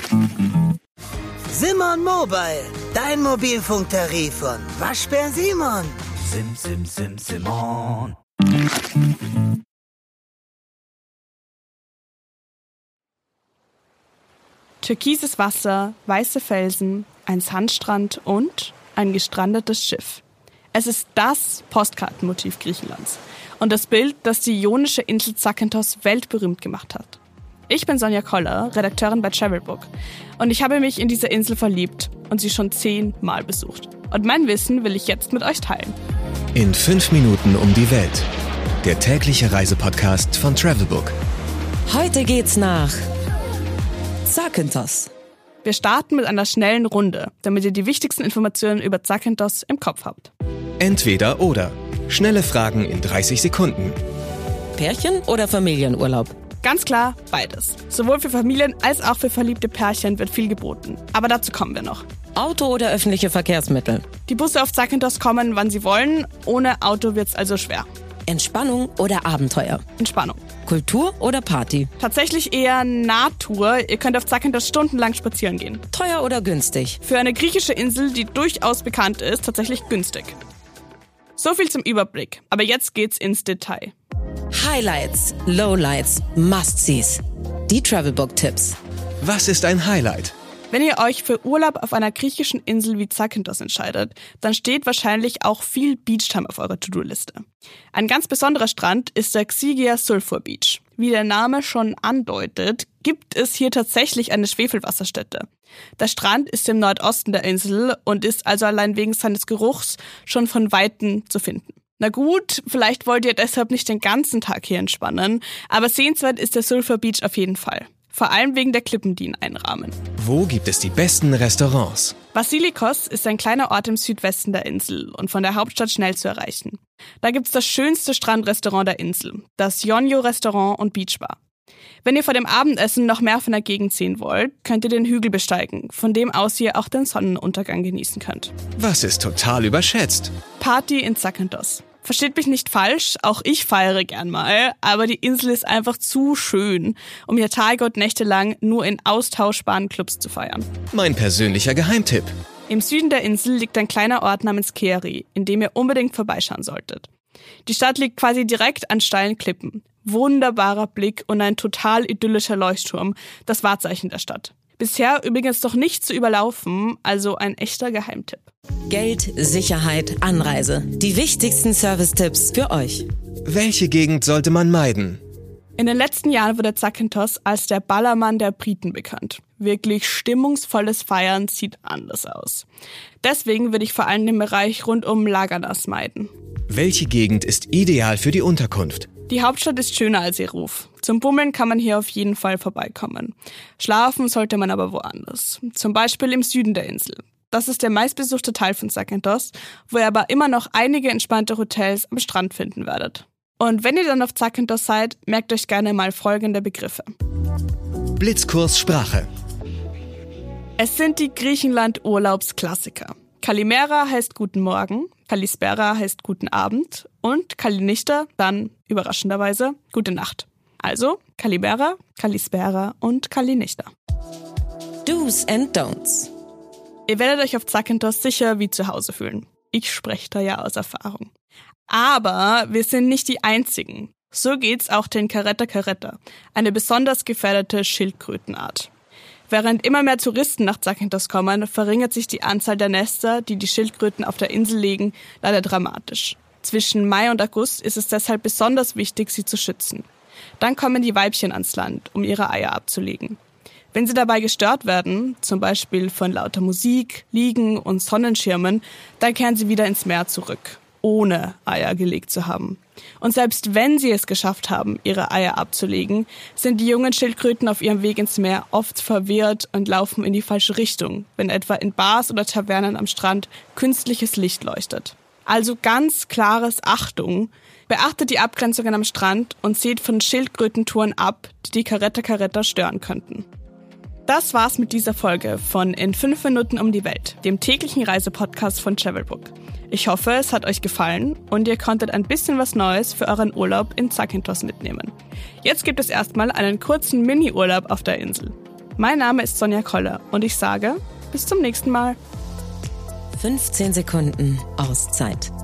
Simon Mobile, dein Mobilfunktarif von Waschbär Simon. Simon. Türkises Wasser, weiße Felsen, ein Sandstrand und ein gestrandetes Schiff. Es ist das Postkartenmotiv Griechenlands und das Bild, das die ionische Insel Zakynthos weltberühmt gemacht hat. Ich bin Sonja Koller, Redakteurin bei Travelbook und ich habe mich in diese Insel verliebt und sie schon 10 Mal besucht. Und mein Wissen will ich jetzt mit euch teilen. In 5 Minuten um die Welt. Der tägliche Reisepodcast von Travelbook. Heute geht's nach Zakynthos. Wir starten mit einer schnellen Runde, damit ihr die wichtigsten Informationen über Zakynthos im Kopf habt. Entweder oder. Schnelle Fragen in 30 Sekunden. Pärchen- oder Familienurlaub? Ganz klar, beides. Sowohl für Familien als auch für verliebte Pärchen wird viel geboten. Aber dazu kommen wir noch. Auto oder öffentliche Verkehrsmittel? Die Busse auf Zakynthos kommen, wann sie wollen. Ohne Auto wird's also schwer. Entspannung oder Abenteuer? Entspannung. Kultur oder Party? Tatsächlich eher Natur. Ihr könnt auf Zakynthos stundenlang spazieren gehen. Teuer oder günstig? Für eine griechische Insel, die durchaus bekannt ist, tatsächlich günstig. So viel zum Überblick. Aber jetzt geht's ins Detail. Highlights, Lowlights, Must-Sees. Die Travelbook-Tipps. Was ist ein Highlight? Wenn ihr euch für Urlaub auf einer griechischen Insel wie Zakynthos entscheidet, dann steht wahrscheinlich auch viel Beachtime auf eurer To-Do-Liste. Ein ganz besonderer Strand ist der Xigia Sulphur Beach. Wie der Name schon andeutet, gibt es hier tatsächlich eine Schwefelwasserstätte. Der Strand ist im Nordosten der Insel und ist also allein wegen seines Geruchs schon von Weitem zu finden. Na gut, vielleicht wollt ihr deshalb nicht den ganzen Tag hier entspannen, aber sehenswert ist der Sulphur Beach auf jeden Fall. Vor allem wegen der Klippen, die ihn einrahmen. Wo gibt es die besten Restaurants? Vasilikos ist ein kleiner Ort im Südwesten der Insel und von der Hauptstadt schnell zu erreichen. Da gibt's das schönste Strandrestaurant der Insel, das Ionio Restaurant und Beachbar. Wenn ihr vor dem Abendessen noch mehr von der Gegend sehen wollt, könnt ihr den Hügel besteigen, von dem aus ihr auch den Sonnenuntergang genießen könnt. Was ist total überschätzt? Party in Zakynthos. Versteht mich nicht falsch, auch ich feiere gern mal, aber die Insel ist einfach zu schön, um hier Tage und Nächte lang nur in austauschbaren Clubs zu feiern. Mein persönlicher Geheimtipp. Im Süden der Insel liegt ein kleiner Ort namens Keri, in dem ihr unbedingt vorbeischauen solltet. Die Stadt liegt quasi direkt an steilen Klippen. Wunderbarer Blick und ein total idyllischer Leuchtturm, das Wahrzeichen der Stadt. Bisher übrigens doch nicht zu überlaufen, also ein echter Geheimtipp. Geld, Sicherheit, Anreise. Die wichtigsten Service-Tipps für euch. Welche Gegend sollte man meiden? In den letzten Jahren wurde Zakynthos als der Ballermann der Briten bekannt. Wirklich stimmungsvolles Feiern sieht anders aus. Deswegen würde ich vor allem den Bereich rund um Laganas meiden. Welche Gegend ist ideal für die Unterkunft? Die Hauptstadt ist schöner als ihr Ruf. Zum Bummeln kann man hier auf jeden Fall vorbeikommen. Schlafen sollte man aber woanders. Zum Beispiel im Süden der Insel. Das ist der meistbesuchte Teil von Zakynthos, wo ihr aber immer noch einige entspannte Hotels am Strand finden werdet. Und wenn ihr dann auf Zakynthos seid, merkt euch gerne mal folgende Begriffe. Blitzkurs Sprache. Es sind die Griechenland-Urlaubsklassiker. Kalimera heißt Guten Morgen, Kalispera heißt Guten Abend und Kalinichta dann, überraschenderweise, Gute Nacht. Also Kalimera, Kalispera und Kalinichta. Do's and Don'ts. Ihr werdet euch auf Zakynthos sicher wie zu Hause fühlen. Ich spreche da ja aus Erfahrung. Aber wir sind nicht die Einzigen. So geht's auch den Caretta caretta, eine besonders gefährdete Schildkrötenart. Während immer mehr Touristen nach Zakynthos kommen, verringert sich die Anzahl der Nester, die die Schildkröten auf der Insel legen, leider dramatisch. Zwischen Mai und August ist es deshalb besonders wichtig, sie zu schützen. Dann kommen die Weibchen ans Land, um ihre Eier abzulegen. Wenn sie dabei gestört werden, zum Beispiel von lauter Musik, Liegen und Sonnenschirmen, dann kehren sie wieder ins Meer zurück, ohne Eier gelegt zu haben. Und selbst wenn sie es geschafft haben, ihre Eier abzulegen, sind die jungen Schildkröten auf ihrem Weg ins Meer oft verwirrt und laufen in die falsche Richtung, wenn etwa in Bars oder Tavernen am Strand künstliches Licht leuchtet. Also ganz klares Achtung, beachtet die Abgrenzungen am Strand und seht von Schildkrötentouren ab, die Caretta caretta stören könnten. Das war's mit dieser Folge von In 5 Minuten um die Welt, dem täglichen Reisepodcast von Travelbook. Ich hoffe, es hat euch gefallen und ihr konntet ein bisschen was Neues für euren Urlaub in Zakynthos mitnehmen. Jetzt gibt es erstmal einen kurzen Mini-Urlaub auf der Insel. Mein Name ist Sonja Koller und ich sage, bis zum nächsten Mal. 15 Sekunden Auszeit.